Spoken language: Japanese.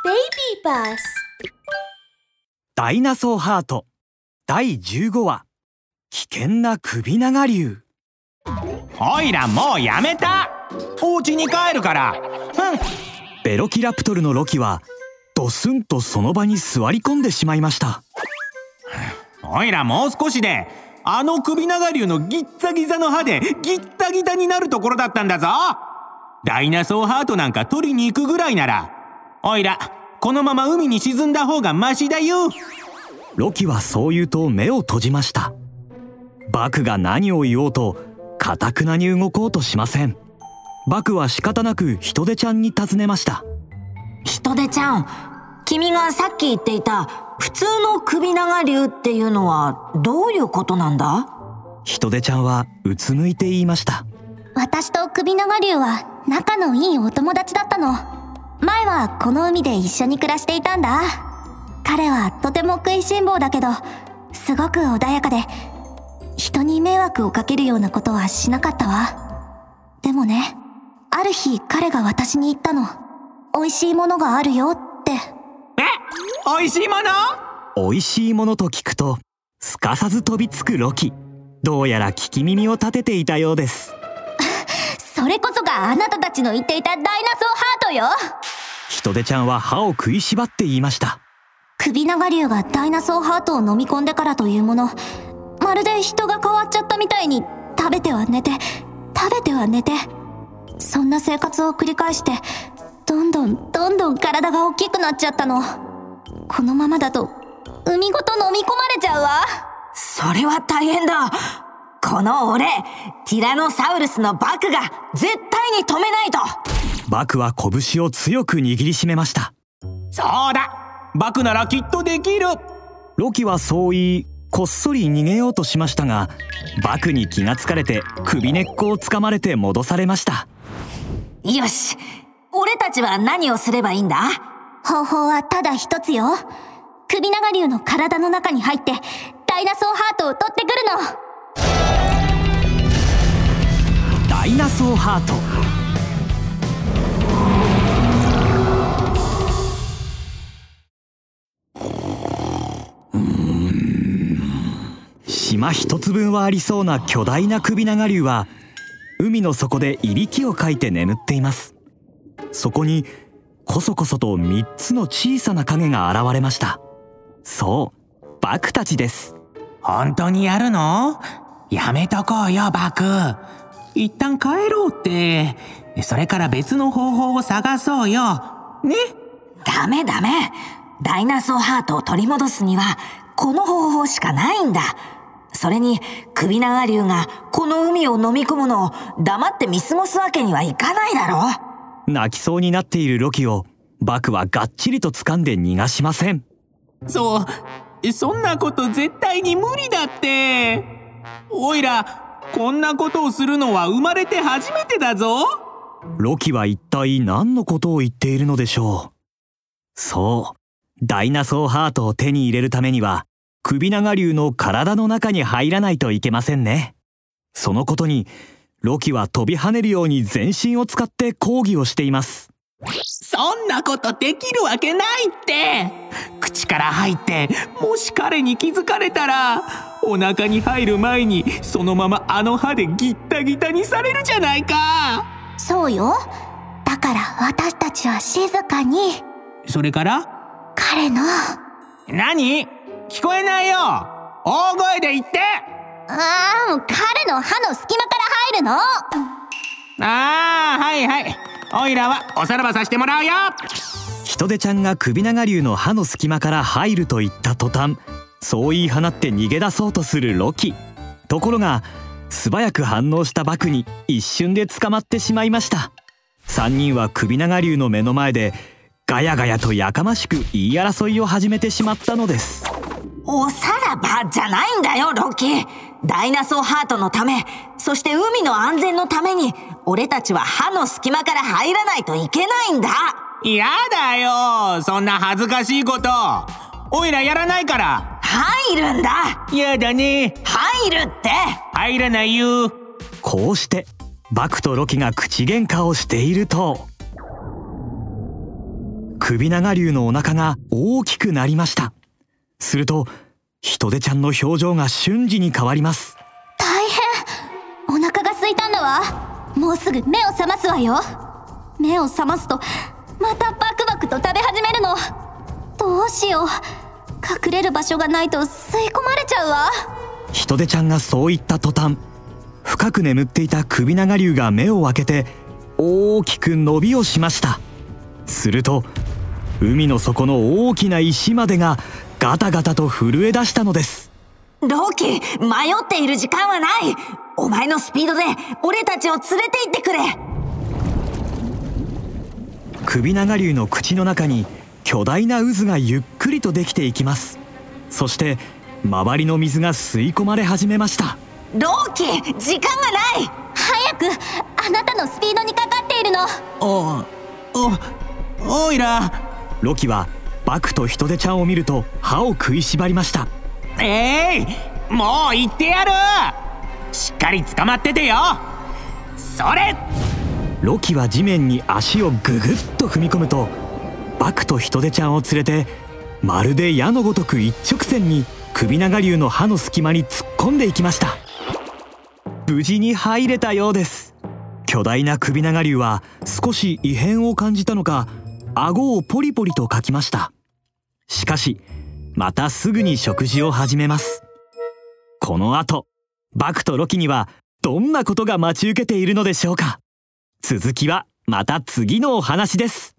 Baby Bus ダイナソーハート第15話危険な首長竜。 おいらもうやめた。お家に帰るから。 ベロキラプトルのロキはドスンとその場に座り込んでしまいました。 おいらもう少しであの首長竜のギッザギザの歯でギッタギタになるところだったんだぞ。ダイナソーハートなんか取りに行くぐらいならおいらこのまま海に沈んだ方がマシだよ。 ロキはそう言うと目を閉じました。バクが何を言おうと堅くなに動こうとしません。バクは仕方なくヒトデちゃんに尋ねました。 ヒトデちゃん、君がさっき言っていた普通の首長竜っていうのはどういうことなんだ？ ヒトデちゃんはうつむいて言いました。 私と首長竜は仲のいいお友達だったの。前はこの海で一緒に暮らしていたんだ。彼はとても食いしん坊だけどすごく穏やかで人に迷惑をかけるようなことはしなかったわ。でもね、ある日彼が私に言ったの。美味しいものがあるよって。 美味しいもの？ 美味しいものと聞くとすかさず飛びつくロキ。どうやら聞き耳を立てていたようです。 それこそがあなたたちの言っていたダイナソーハートよ。 ヒトデちゃんは歯を食いしばって言いました。 首長竜がダイナソーハートを飲み込んでからというもの、まるで人が変わっちゃったみたいに食べては寝て食べては寝て、そんな生活を繰り返してどんどん体が大きくなっちゃったの。このままだと海ごと飲み込まれちゃうわ。 それは大変だ。この俺ティラノサウルスのバクが絶対に止めないと。 バクは拳を強く握りしめました。 そうだ、バクならきっとできる。 ロキはそう言いこっそり逃げようとしましたが、バクに気がつかれて首根っこをつかまれて戻されました。 よし、俺たちは何をすればいいんだ？ 方法はただ一つよ。首長竜の体の中に入ってダイナソーハートを取ってくるの。 ダイナソーハート。島一つ分はありそうな巨大な首長竜は海の底でいびきをかいて眠っています。そこにこそこそと3つの小さな影が現れました。そう、バクたちです。 本当にやるの？やめとこうよバク。一旦帰ろうって。それから別の方法を探そうよね。 ダメ。ダイナソーハートを取り戻すにはこの方法しかないんだ。それに首長竜がこの海を飲み込むのを黙って見過ごすわけにはいかないだろう。 泣きそうになっているロキをバクはがっちりと掴んで逃がしません。 そんなこと絶対に無理だって。おいらこんなことをするのは生まれて初めてだぞ。 ロキは一体何のことを言っているのでしょう。そう、ダイナソーハートを手に入れるためには首長竜の体の中に入らないといけませんね。そのことにロキは飛び跳ねるように全身を使って抗議をしています。 そんなことできるわけないって。口から入ってもし彼に気づかれたらお腹に入る前にそのままあの歯でギッタギタにされるじゃないか。 そうよ。だから私たちは静かに。 それから彼の何？聞こえないよ。大声で言って。 もう彼の歯の隙間から入るの。 はいおいらはおさらばさせてもらうよ。 ヒトデちゃんが首長竜の歯の隙間から入ると言った途端、そう言い放って逃げ出そうとするロキ。ところが素早く反応したバクに一瞬で捕まってしまいました。3人は首長竜の目の前でガヤガヤとやかましく言い争いを始めてしまったのです。 おさらばじゃないんだよロキ。ダイナソーハートのため、そして海の安全のために俺たちは歯の隙間から入らないといけないんだ。 やだよ、そんな恥ずかしいこと。おいらやらないから。 入るんだ。 やだね。 入るって。 入らないよ。 こうしてバクとロキが口喧嘩をしていると、 首長竜のお腹が大きくなりました。するとヒトデちゃんの表情が瞬時に変わります。 大変、お腹が空いたんだわ。もうすぐ目を覚ますわよ。目を覚ますとまたバクバクと食べ始めるの。どうしよう、隠れる場所がないと吸い込まれちゃうわ。 ヒトデちゃんがそう言った途端、深く眠っていた首長竜が目を開けて大きく伸びをしました。すると海の底の大きな石までがガタガタと震え出したのです。 ロキ、迷っている時間はない。お前のスピードで俺たちを連れて行ってくれ。 首長竜の口の中に巨大な渦がゆっくりとできていきます。そして周りの水が吸い込まれ始めました。 ロキ、時間がない。 早く、あなたのスピードにかかっているの。 オイラ。 ロキはバクとヒトデちゃんを見ると歯を食いしばりました。 もう行ってやる。しっかり捕まっててよ。それ。 ロキは地面に足をググッと踏み込むと、バクとヒトデちゃんを連れてまるで矢のごとく一直線に首長竜の歯の隙間に突っ込んでいきました。無事に入れたようです。巨大な首長竜は少し異変を感じたのか、顎をポリポリとかきました。しかしまたすぐに食事を始めます。この後、バクとロキにはどんなことが待ち受けているのでしょうか。続きはまた次のお話です。